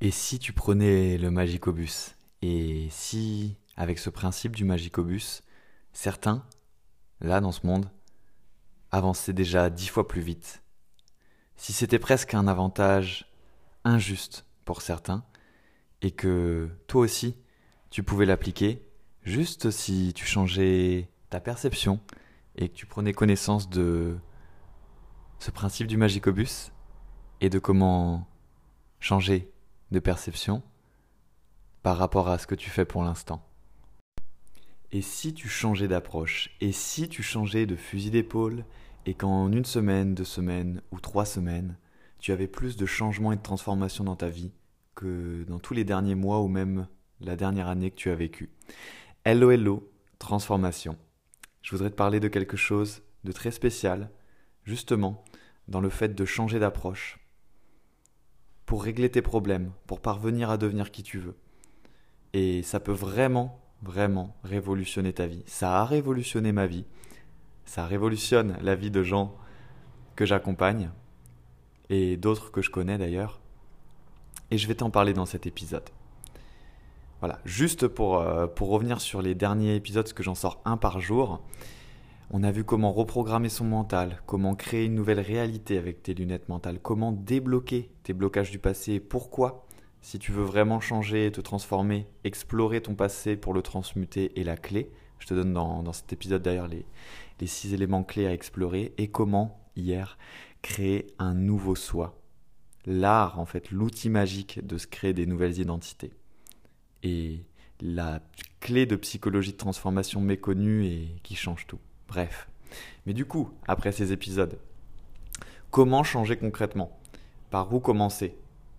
Et si tu prenais le Magicobus? Et si, avec ce principe du Magicobus, certains, là dans ce monde, avançaient déjà 10 fois plus vite? Si c'était presque un avantage injuste pour certains, et que toi aussi, tu pouvais l'appliquer, juste si tu changeais ta perception et que tu prenais connaissance de ce principe du Magicobus et de comment changer de perception par rapport à ce que tu fais pour l'instant. Et si tu changeais d'approche? Et si tu changeais de fusil d'épaule et qu'en une semaine, 2 semaines ou 3 semaines, tu avais plus de changements et de transformations dans ta vie que dans tous les derniers mois ou même la dernière année que tu as vécue? Hello hello, transformation. Je voudrais te parler de quelque chose de très spécial, justement, dans le fait de changer d'approche pour régler tes problèmes, pour parvenir à devenir qui tu veux. Et ça peut vraiment, vraiment révolutionner ta vie. Ça a révolutionné ma vie. Ça révolutionne la vie de gens que j'accompagne et d'autres que je connais d'ailleurs. Et je vais t'en parler dans cet épisode. Voilà, juste pour revenir sur les derniers épisodes, parce que j'en sors un par jour, on a vu comment reprogrammer son mental, comment créer une nouvelle réalité avec tes lunettes mentales, comment débloquer tes blocages du passé et pourquoi, si tu veux vraiment changer et te transformer, explorer ton passé pour le transmuter est la clé. Je te donne dans cet épisode d'ailleurs les 6 éléments clés à explorer et comment, hier, créer un nouveau soi. L'art, en fait, l'outil magique de se créer des nouvelles identités. Et la clé de psychologie de transformation méconnue et qui change tout. Bref. Mais du coup, après ces épisodes, comment changer concrètement? Par où commencer?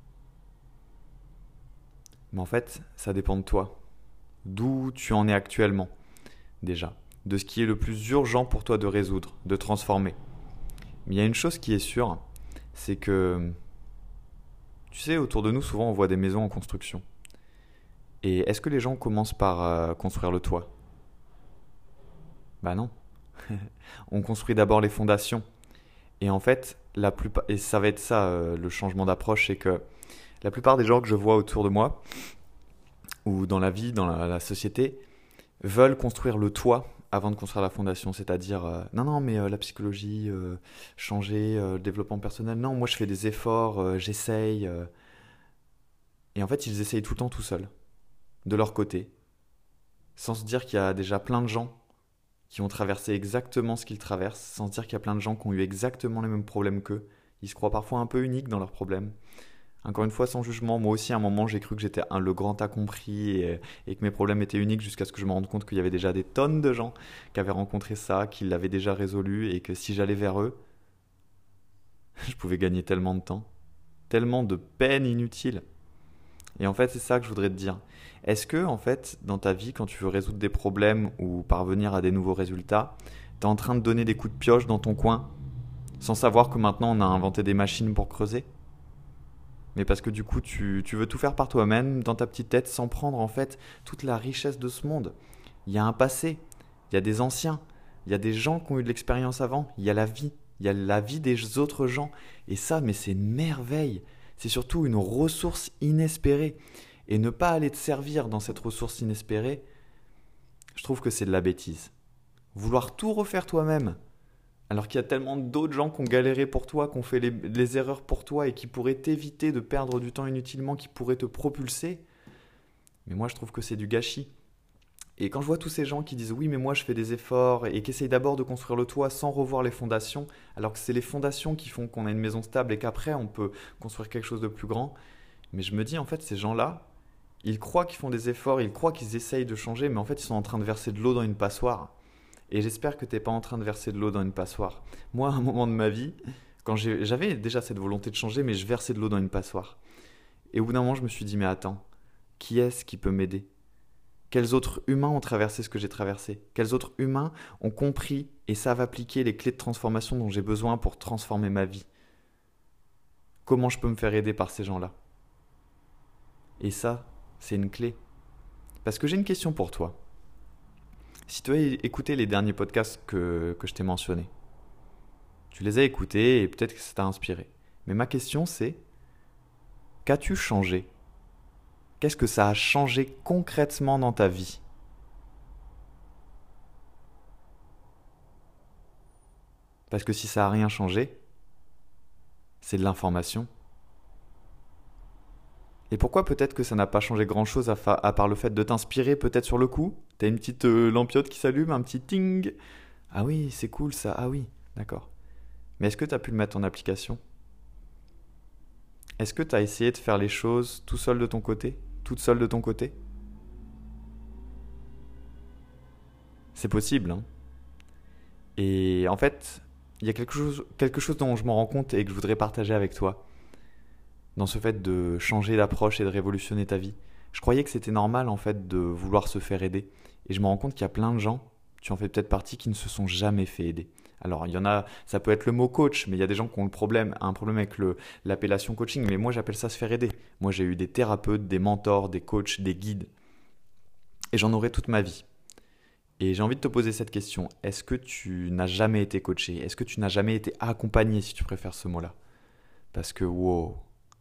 Mais en fait, ça dépend de toi. D'où tu en es actuellement, déjà. De ce qui est le plus urgent pour toi de résoudre, de transformer. Mais il y a une chose qui est sûre, c'est que, tu sais, autour de nous, souvent, on voit des maisons en construction. Et est-ce que les gens commencent par construire le toit? Bah non. On construit d'abord les fondations. Et en fait, et ça va être ça le changement d'approche, c'est que la plupart des gens que je vois autour de moi, ou dans la vie, dans la société, veulent construire le toit avant de construire la fondation. C'est-à-dire, non, mais la psychologie, changer, le développement personnel, non, moi je fais des efforts, j'essaye. Et en fait, ils essayent tout le temps tout seuls, de leur côté, sans se dire qu'il y a déjà plein de gens qui ont traversé exactement ce qu'ils traversent, sans se dire qu'il y a plein de gens qui ont eu exactement les mêmes problèmes qu'eux. Ils se croient parfois un peu uniques dans leurs problèmes. Encore une fois, sans jugement, moi aussi à un moment j'ai cru que j'étais le grand incompris et que mes problèmes étaient uniques jusqu'à ce que je me rende compte qu'il y avait déjà des tonnes de gens qui avaient rencontré ça, qui l'avaient déjà résolu et que si j'allais vers eux, je pouvais gagner tellement de temps, tellement de peine inutile. Et en fait, c'est ça que je voudrais te dire. Est-ce que, en fait, dans ta vie, quand tu veux résoudre des problèmes ou parvenir à des nouveaux résultats, tu es en train de donner des coups de pioche dans ton coin, sans savoir que maintenant on a inventé des machines pour creuser? Mais parce que du coup, tu veux tout faire par toi-même, dans ta petite tête, sans prendre en fait toute la richesse de ce monde. Il y a un passé, il y a des anciens, il y a des gens qui ont eu de l'expérience avant, il y a la vie, il y a la vie des autres gens. Et ça, mais c'est une merveille. C'est surtout une ressource inespérée. Et ne pas aller te servir dans cette ressource inespérée, je trouve que c'est de la bêtise. Vouloir tout refaire toi-même, alors qu'il y a tellement d'autres gens qui ont galéré pour toi, qui ont fait les erreurs pour toi et qui pourraient t'éviter de perdre du temps inutilement, qui pourraient te propulser. Mais moi, je trouve que c'est du gâchis. Et quand je vois tous ces gens qui disent oui, mais moi je fais des efforts et qui essayent d'abord de construire le toit sans revoir les fondations, alors que c'est les fondations qui font qu'on a une maison stable et qu'après on peut construire quelque chose de plus grand. Mais je me dis en fait, ces gens-là, ils croient qu'ils font des efforts, ils croient qu'ils essayent de changer, mais en fait ils sont en train de verser de l'eau dans une passoire. Et j'espère que tu n'es pas en train de verser de l'eau dans une passoire. Moi, à un moment de ma vie, quand j'avais déjà cette volonté de changer, mais je versais de l'eau dans une passoire. Et au bout d'un moment, je me suis dit, mais attends, qui est-ce qui peut m'aider? Quels autres humains ont traversé ce que j'ai traversé? Quels autres humains ont compris et savent appliquer les clés de transformation dont j'ai besoin pour transformer ma vie? Comment je peux me faire aider par ces gens-là? Et ça, c'est une clé. Parce que j'ai une question pour toi. Si tu as écouté les derniers podcasts que je t'ai mentionnés, tu les as écoutés et peut-être que ça t'a inspiré. Mais ma question c'est, qu'as-tu changé Qu'est-ce que ça a changé concrètement dans ta vie? Parce que si ça n'a rien changé, c'est de l'information. Et pourquoi peut-être que ça n'a pas changé grand-chose à part le fait de t'inspirer peut-être sur le coup? T'as une petite lampiote qui s'allume, un petit ting. Ah oui, c'est cool ça, ah oui, d'accord. Mais est-ce que tu as pu le mettre en application? Est-ce que tu as essayé de faire les choses tout seul de ton côté? Toute seule de ton côté? C'est possible, hein. Et en fait, il y a quelque chose dont je me rends compte et que je voudrais partager avec toi, dans ce fait de changer d'approche et de révolutionner ta vie. Je croyais que c'était normal en fait de vouloir se faire aider. Et je me rends compte qu'il y a plein de gens, tu en fais peut-être partie, qui ne se sont jamais fait aider. Alors il y en a, ça peut être le mot coach, mais il y a des gens qui ont un problème avec l'appellation coaching, mais moi j'appelle ça se faire aider. Moi j'ai eu des thérapeutes, des mentors, des coachs, des guides, et j'en aurai toute ma vie. Et j'ai envie de te poser cette question. Est-ce que tu n'as jamais été coaché? Est-ce que tu n'as jamais été accompagné, si tu préfères ce mot-là? Parce que, wow,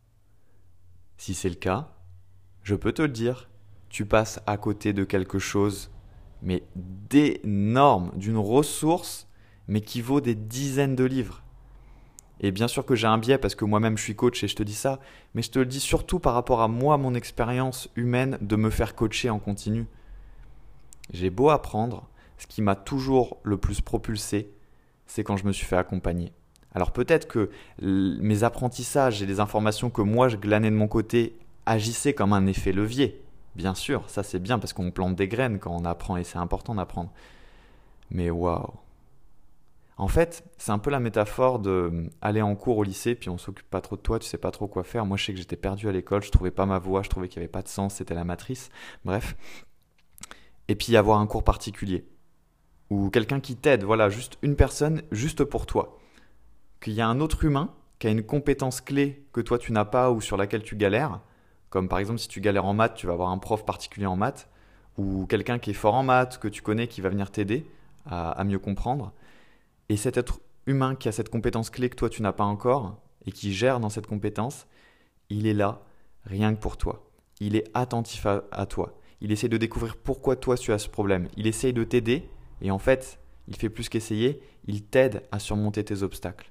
si c'est le cas, je peux te le dire, tu passes à côté de quelque chose, mais d'énorme, d'une ressource, mais qui vaut des dizaines de livres. Et bien sûr que j'ai un biais parce que moi-même je suis coach et je te dis ça, mais je te le dis surtout par rapport à moi, mon expérience humaine de me faire coacher en continu. J'ai beau apprendre, ce qui m'a toujours le plus propulsé, c'est quand je me suis fait accompagner. Alors peut-être que mes apprentissages et les informations que moi je glanais de mon côté agissaient comme un effet levier. Bien sûr, ça c'est bien parce qu'on plante des graines quand on apprend et c'est important d'apprendre. Mais waouh! En fait, c'est un peu la métaphore de aller en cours au lycée, puis on s'occupe pas trop de toi, tu sais pas trop quoi faire. Moi je sais que j'étais perdu à l'école, je trouvais pas ma voie, je trouvais qu'il y avait pas de sens, c'était la matrice. Bref. Et puis avoir un cours particulier. Ou quelqu'un qui t'aide, voilà, juste une personne, juste pour toi. Qu'il y a un autre humain qui a une compétence clé que toi tu n'as pas ou sur laquelle tu galères. Comme par exemple si tu galères en maths, tu vas avoir un prof particulier en maths. Ou quelqu'un qui est fort en maths, que tu connais, qui va venir t'aider à mieux comprendre. Et cet être humain qui a cette compétence clé que toi tu n'as pas encore et qui gère dans cette compétence, il est là rien que pour toi. Il est attentif à toi. Il essaie de découvrir pourquoi toi tu as ce problème. Il essaye de t'aider et en fait, il fait plus qu'essayer, il t'aide à surmonter tes obstacles.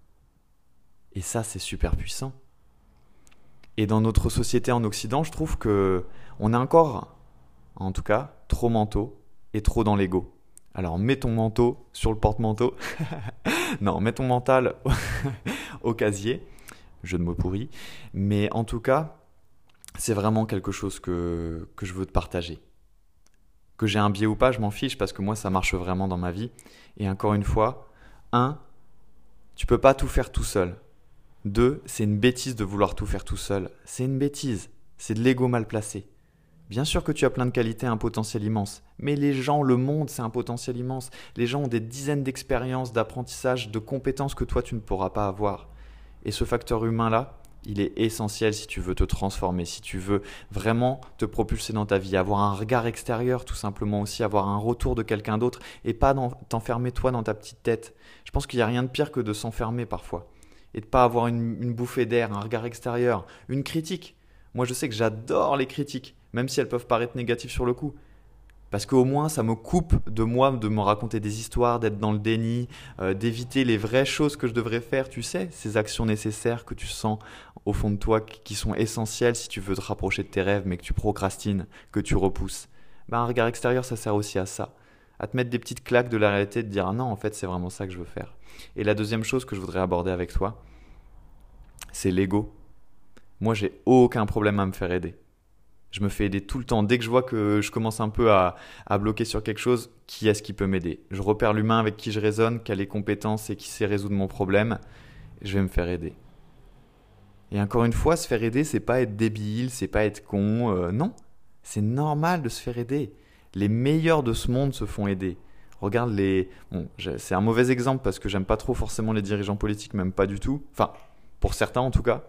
Et ça, c'est super puissant. Et dans notre société en Occident, je trouve que on est encore, en tout cas, trop manteau et trop dans l'ego. Alors mets ton manteau sur le porte-manteau. Non, mets ton mental au casier. Jeu de mots pourri. Mais en tout cas, c'est vraiment quelque chose que je veux te partager. Que j'ai un biais ou pas, je m'en fiche parce que moi, ça marche vraiment dans ma vie. Et encore une fois, 1, tu peux pas tout faire tout seul. 2, c'est une bêtise de vouloir tout faire tout seul. C'est une bêtise. C'est de l'ego mal placé. Bien sûr que tu as plein de qualités, un potentiel immense. Mais les gens, le monde, c'est un potentiel immense. Les gens ont des dizaines d'expériences, d'apprentissages, de compétences que toi, tu ne pourras pas avoir. Et ce facteur humain-là, il est essentiel si tu veux te transformer, si tu veux vraiment te propulser dans ta vie, avoir un regard extérieur tout simplement aussi, avoir un retour de quelqu'un d'autre et pas t'enfermer toi dans ta petite tête. Je pense qu'il n'y a rien de pire que de s'enfermer parfois et de ne pas avoir une bouffée d'air, un regard extérieur, une critique. Moi je sais que j'adore les critiques, même si elles peuvent paraître négatives sur le coup. Parce qu'au moins, ça me coupe de moi, de me raconter des histoires, d'être dans le déni, d'éviter les vraies choses que je devrais faire, tu sais, ces actions nécessaires que tu sens au fond de toi, qui sont essentielles si tu veux te rapprocher de tes rêves, mais que tu procrastines, que tu repousses. Ben, un regard extérieur, ça sert aussi à ça. À te mettre des petites claques de la réalité, de dire « Ah non, en fait, c'est vraiment ça que je veux faire ». Et la deuxième chose que je voudrais aborder avec toi, c'est l'ego. Moi, j'ai aucun problème à me faire aider. Je me fais aider tout le temps. Dès que je vois que je commence un peu à bloquer sur quelque chose, qui est-ce qui peut m'aider? Je repère l'humain avec qui je raisonne, qui a les compétences et qui sait résoudre mon problème. Je vais me faire aider. Et encore une fois, se faire aider, c'est pas être débile, c'est pas être con. Non, c'est normal de se faire aider. Les meilleurs de ce monde se font aider. Regarde les... Bon, c'est un mauvais exemple parce que j'aime pas trop forcément les dirigeants politiques, même pas du tout. Enfin, pour certains en tout cas.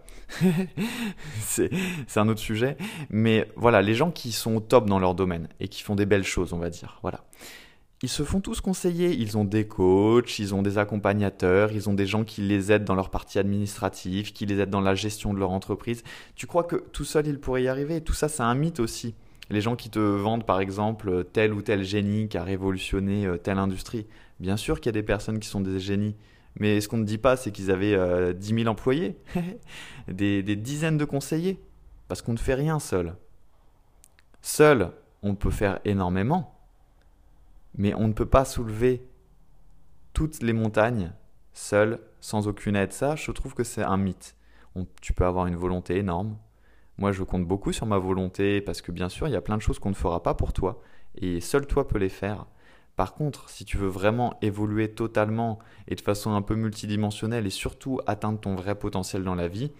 c'est un autre sujet. Mais voilà, les gens qui sont au top dans leur domaine et qui font des belles choses, on va dire. Voilà. Ils se font tous conseiller. Ils ont des coachs, ils ont des accompagnateurs, ils ont des gens qui les aident dans leur partie administrative, qui les aident dans la gestion de leur entreprise. Tu crois que tout seul, ils pourraient y arriver? Tout ça, c'est un mythe aussi. Les gens qui te vendent, par exemple, tel ou tel génie qui a révolutionné telle industrie. Bien sûr qu'il y a des personnes qui sont des génies. Mais ce qu'on ne dit pas, c'est qu'ils avaient 10 000 employés, des dizaines de conseillers. Parce qu'on ne fait rien seul. Seul, on peut faire énormément. Mais on ne peut pas soulever toutes les montagnes seul, sans aucune aide. Ça, je trouve que c'est un mythe. Tu peux avoir une volonté énorme. Moi, je compte beaucoup sur ma volonté parce que bien sûr, il y a plein de choses qu'on ne fera pas pour toi. Et seul toi peux les faire. Par contre, si tu veux vraiment évoluer totalement et de façon un peu multidimensionnelle et surtout atteindre ton vrai potentiel dans la vie,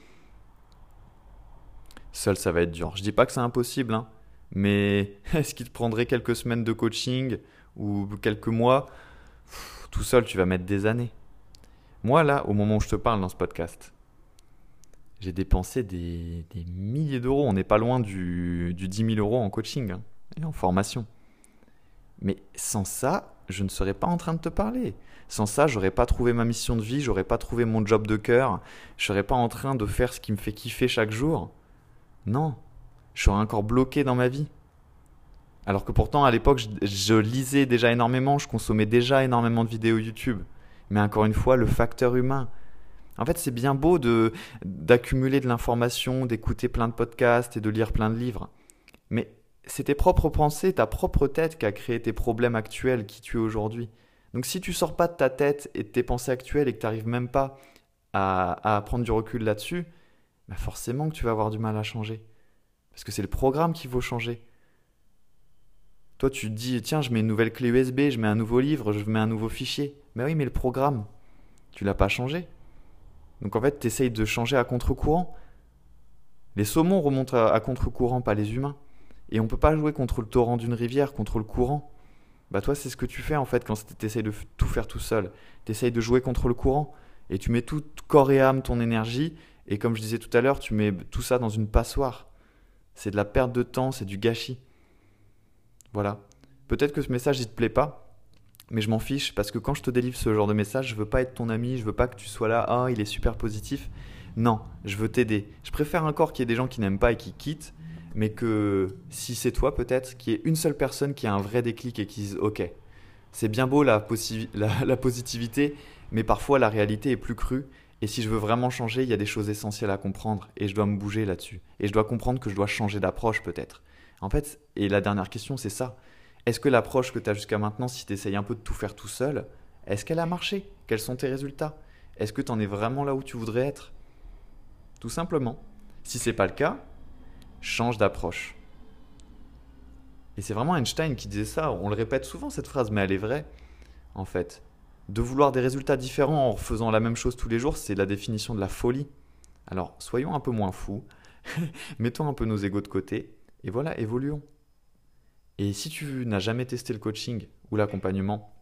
seul ça va être dur. Je dis pas que c'est impossible, hein, mais est-ce qu'il te prendrait quelques semaines de coaching ou quelques mois? Tout seul, tu vas mettre des années. Moi, là, au moment où je te parle dans ce podcast, j'ai dépensé des milliers d'euros. On n'est pas loin du 10 000 euros en coaching hein, et en formation. Mais sans ça, je ne serais pas en train de te parler. Sans ça, j'aurais pas trouvé ma mission de vie, j'aurais pas trouvé mon job de cœur, je serais pas en train de faire ce qui me fait kiffer chaque jour. Non, je serais encore bloqué dans ma vie. Alors que pourtant, à l'époque, je lisais déjà énormément, je consommais déjà énormément de vidéos YouTube. Mais encore une fois, le facteur humain. En fait, c'est bien beau d'accumuler de l'information, d'écouter plein de podcasts et de lire plein de livres. Mais c'est tes propres pensées, ta propre tête qui a créé tes problèmes actuels qui tu es aujourd'hui. Donc si tu sors pas de ta tête et de tes pensées actuelles et que tu n'arrives même pas à prendre du recul là-dessus, bah forcément que tu vas avoir du mal à changer. Parce que c'est le programme qu'il faut changer. Toi, tu te dis, tiens, je mets une nouvelle clé USB, je mets un nouveau livre, je mets un nouveau fichier. Mais oui, mais le programme, tu l'as pas changé. Donc en fait, tu essayes de changer à contre-courant. Les saumons remontent à contre-courant, pas les humains. Et on ne peut pas jouer contre le torrent d'une rivière, contre le courant. Bah toi, c'est ce que tu fais en fait quand tu essayes de tout faire tout seul. Tu essayes de jouer contre le courant. Et tu mets tout corps et âme, ton énergie. Et comme je disais tout à l'heure, tu mets tout ça dans une passoire. C'est de la perte de temps, c'est du gâchis. Voilà. Peut-être que ce message, il te plaît pas, mais je m'en fiche parce que quand je te délivre ce genre de message, je veux pas être ton ami, je veux pas que tu sois là, ah, il est super positif. Non, je veux t'aider. Je préfère encore qu'il y ait des gens qui n'aiment pas et qui quittent, mais que si c'est toi peut-être, qu'il y ait une seule personne qui a un vrai déclic et qui dise ok, c'est bien beau la positivité, mais parfois la réalité est plus crue. Et si je veux vraiment changer, il y a des choses essentielles à comprendre et je dois me bouger là-dessus. Et je dois comprendre que je dois changer d'approche peut-être. En fait, et la dernière question, c'est ça. Est-ce que l'approche que tu as jusqu'à maintenant, si tu essayes un peu de tout faire tout seul, est-ce qu'elle a marché? Quels sont tes résultats? Est-ce que tu en es vraiment là où tu voudrais être? Tout simplement. Si ce n'est pas le cas, change d'approche. Et c'est vraiment Einstein qui disait ça. On le répète souvent cette phrase, mais elle est vraie, en fait. De vouloir des résultats différents en faisant la même chose tous les jours, c'est la définition de la folie. Alors, soyons un peu moins fous, mettons un peu nos égos de côté, et voilà, évoluons. Et si tu n'as jamais testé le coaching ou l'accompagnement,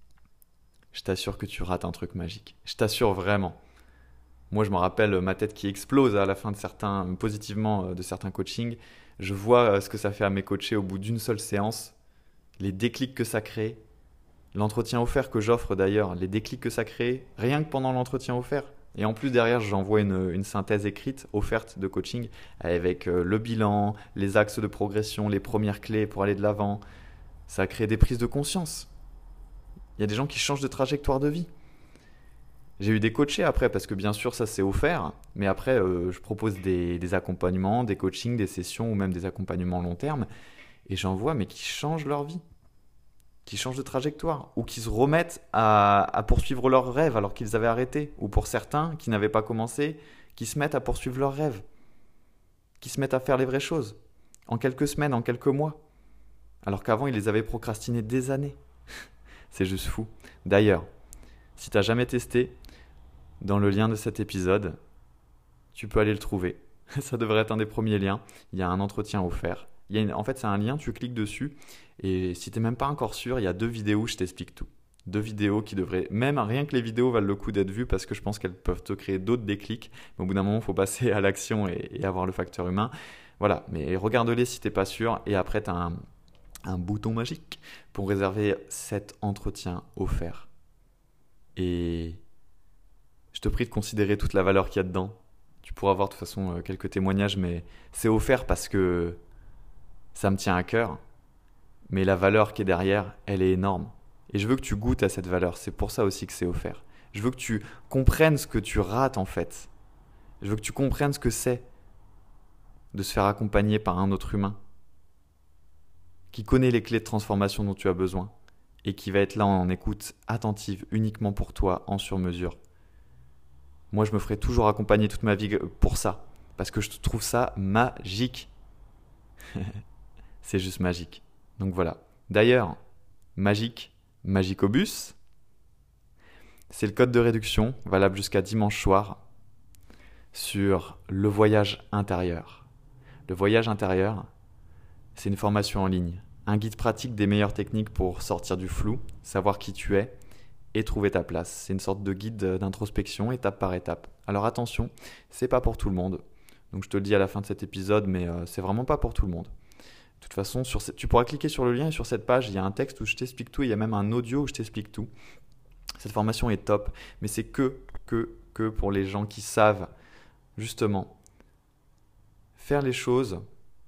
je t'assure que tu rates un truc magique. Je t'assure vraiment. Moi, je me rappelle ma tête qui explose à la fin positivement de certains coachings. Je vois ce que ça fait à mes coachés au bout d'une seule séance, les déclics que ça crée, l'entretien offert que j'offre d'ailleurs, les déclics que ça crée, rien que pendant l'entretien offert. Et en plus, derrière, j'envoie une synthèse écrite offerte de coaching avec le bilan, les axes de progression, les premières clés pour aller de l'avant. Ça crée des prises de conscience. Il y a des gens qui changent de trajectoire de vie. J'ai eu des coachés après, parce que bien sûr, ça c'est offert. Mais après, je propose des accompagnements, des coachings, des sessions ou même des accompagnements long terme. Et j'en vois, mais qui changent leur vie, qui changent de trajectoire ou qui se remettent à poursuivre leurs rêves alors qu'ils avaient arrêté, ou pour certains qui n'avaient pas commencé, qui se mettent à poursuivre leurs rêves, qui se mettent à faire les vraies choses, en quelques semaines, en quelques mois, alors qu'avant ils les avaient procrastinés des années. C'est juste fou. D'ailleurs, si tu n'as jamais testé, dans le lien de cet épisode, tu peux aller le trouver. Ça devrait être un des premiers liens. Il y a un entretien offert. En fait, c'est un lien, tu cliques dessus. Et si tu n'es même pas encore sûr, il y a 2 vidéos où je t'explique tout. 2 vidéos qui devraient, même rien que les vidéos valent le coup d'être vues parce que je pense qu'elles peuvent te créer d'autres déclics. Mais au bout d'un moment, il faut passer à l'action et avoir le facteur humain. Voilà, mais regarde-les si tu n'es pas sûr. Et après, tu as un bouton magique pour réserver cet entretien offert. Et je te prie de considérer toute la valeur qu'il y a dedans. Tu pourras voir de toute façon quelques témoignages, mais c'est offert parce que ça me tient à cœur. Mais la valeur qui est derrière, elle est énorme. Et je veux que tu goûtes à cette valeur. C'est pour ça aussi que c'est offert. Je veux que tu comprennes ce que tu rates en fait. Je veux que tu comprennes ce que c'est de se faire accompagner par un autre humain qui connaît les clés de transformation dont tu as besoin et qui va être là en écoute attentive uniquement pour toi en sur-mesure. Moi, je me ferai toujours accompagner toute ma vie pour ça parce que je trouve ça magique. C'est juste magique. Donc voilà. D'ailleurs, magique, Magicobus, c'est le code de réduction valable jusqu'à dimanche soir sur le voyage intérieur. Le voyage intérieur, c'est une formation en ligne, un guide pratique des meilleures techniques pour sortir du flou, savoir qui tu es et trouver ta place. C'est une sorte de guide d'introspection étape par étape. Alors attention, c'est pas pour tout le monde. Donc je te le dis à la fin de cet épisode, mais c'est vraiment pas pour tout le monde. De toute façon, tu pourras cliquer sur le lien et sur cette page, il y a un texte où je t'explique tout, il y a même un audio où je t'explique tout. Cette formation est top, mais c'est que pour les gens qui savent justement faire les choses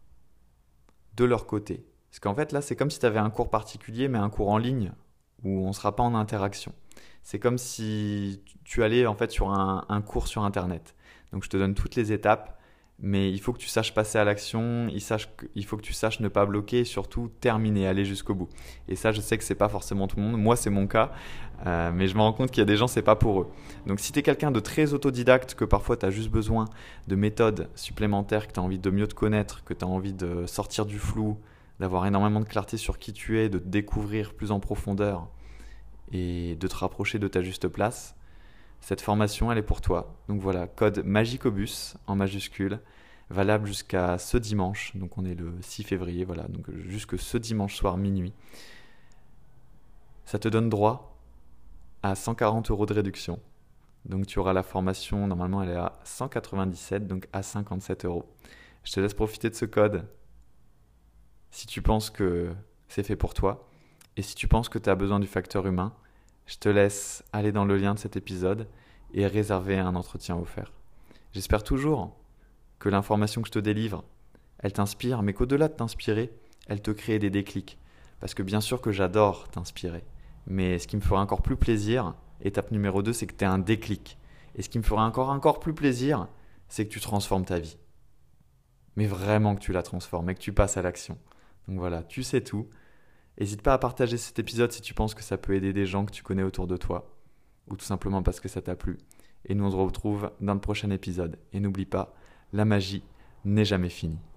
de leur côté. Parce qu'en fait là, c'est comme si tu avais un cours particulier, mais un cours en ligne où on ne sera pas en interaction. C'est comme si tu allais en fait sur un cours sur Internet. Donc je te donne toutes les étapes, mais il faut que tu saches passer à l'action, il faut que tu saches ne pas bloquer et surtout terminer, aller jusqu'au bout. Et ça, je sais que c'est pas forcément tout le monde. Moi, c'est mon cas, mais je me rends compte qu'il y a des gens, c'est pas pour eux. Donc si tu es quelqu'un de très autodidacte, que parfois tu as juste besoin de méthodes supplémentaires, que tu as envie de mieux te connaître, que tu as envie de sortir du flou, d'avoir énormément de clarté sur qui tu es, de te découvrir plus en profondeur et de te rapprocher de ta juste place, cette formation, elle est pour toi. Donc voilà, code Magicobus en majuscule, valable jusqu'à ce dimanche. Donc on est le 6 février, voilà, donc jusque ce dimanche soir minuit. Ça te donne droit à 140 € de réduction. Donc tu auras la formation, normalement elle est à 197, donc à 57 €. Je te laisse profiter de ce code si tu penses que c'est fait pour toi. Et si tu penses que tu as besoin du facteur humain, je te laisse aller dans le lien de cet épisode et réserver un entretien offert. J'espère toujours que l'information que je te délivre, elle t'inspire, mais qu'au-delà de t'inspirer, elle te crée des déclics. Parce que bien sûr que j'adore t'inspirer, mais ce qui me fera encore plus plaisir, étape numéro 2, c'est que tu aies un déclic. Et ce qui me fera encore plus plaisir, c'est que tu transformes ta vie. Mais vraiment que tu la transformes et que tu passes à l'action. Donc voilà, tu sais tout. N'hésite pas à partager cet épisode si tu penses que ça peut aider des gens que tu connais autour de toi, ou tout simplement parce que ça t'a plu. Et nous on se retrouve dans le prochain épisode. Et n'oublie pas, la magie n'est jamais finie.